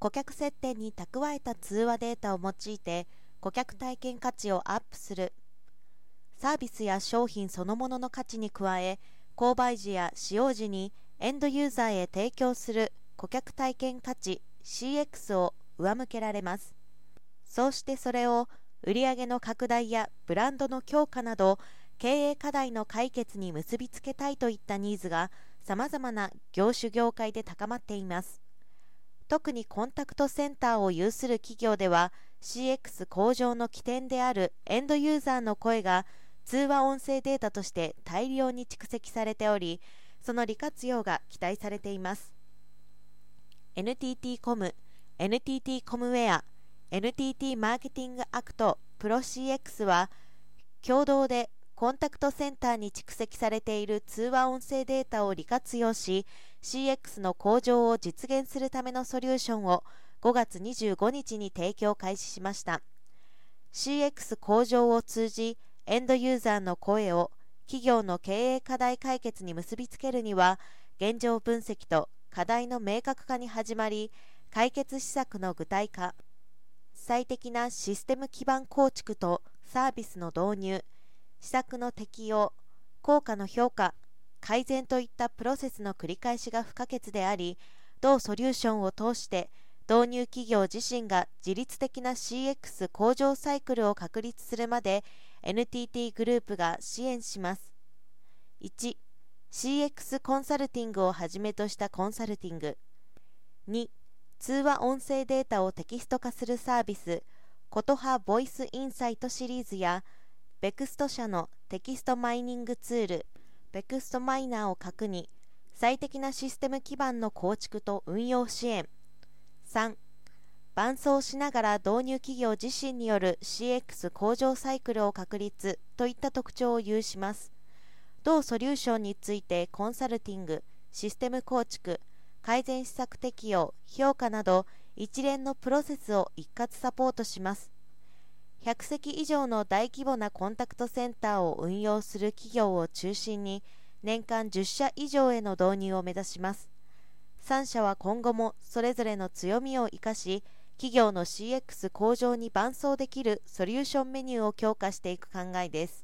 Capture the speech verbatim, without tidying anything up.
顧客接点に蓄えた通話データを用いて顧客体験価値をアップする。サービスや商品そのものの価値に加え、購買時や使用時にエンドユーザーへ提供する顧客体験価値 シーエックス を上向けられます。そうしてそれを売上の拡大やブランドの強化など経営課題の解決に結びつけたいといったニーズがさまざまな業種業界で高まっています。特にコンタクトセンターを有する企業では シーエックス 向上の起点であるエンドユーザーの声が通話音声データとして大量に蓄積されており、その利活用が期待されています。 エヌティーティー コム、エヌティーティー コムウェア、 エヌティーティー マーケティングアクトプロ シーエックス は共同でコンタクトセンターに蓄積されている通話音声データを利活用し シーエックス の向上を実現するためのソリューションをごがつにじゅうごにちに提供開始しました。 シーエックス 向上を通じエンドユーザーの声を企業の経営課題解決に結びつけるには、現状分析と課題の明確化に始まり、解決施策の具体化、最適なシステム基盤構築とサービスの導入、施策の適用、効果の評価、改善といったプロセスの繰り返しが不可欠であり、同ソリューションを通して導入企業自身が自律的な シーエックス 向上サイクルを確立するまで エヌティーティー グループが支援します。いち. シーエックス コンサルティングをはじめとしたコンサルティング。に. 通話音声データをテキスト化するサービス、ことはボイスインサイトシリーズや、ベクスト社のテキストマイニングツール、ベクストマイナーを核に、最適なシステム基盤の構築と運用支援。さん. 伴走しながら導入企業自身による シーエックス 向上サイクルを確立といった特徴を有します。同ソリューションについてコンサルティング、システム構築、改善施策適用、評価など一連のプロセスを一括サポートします。ひゃくせき以上の大規模なコンタクトセンターを運用する企業を中心に年間じゅっしゃ以上への導入を目指します。さん社は今後もそれぞれの強みを生かし、企業の シーエックス 向上に伴走できるソリューションメニューを強化していく考えです。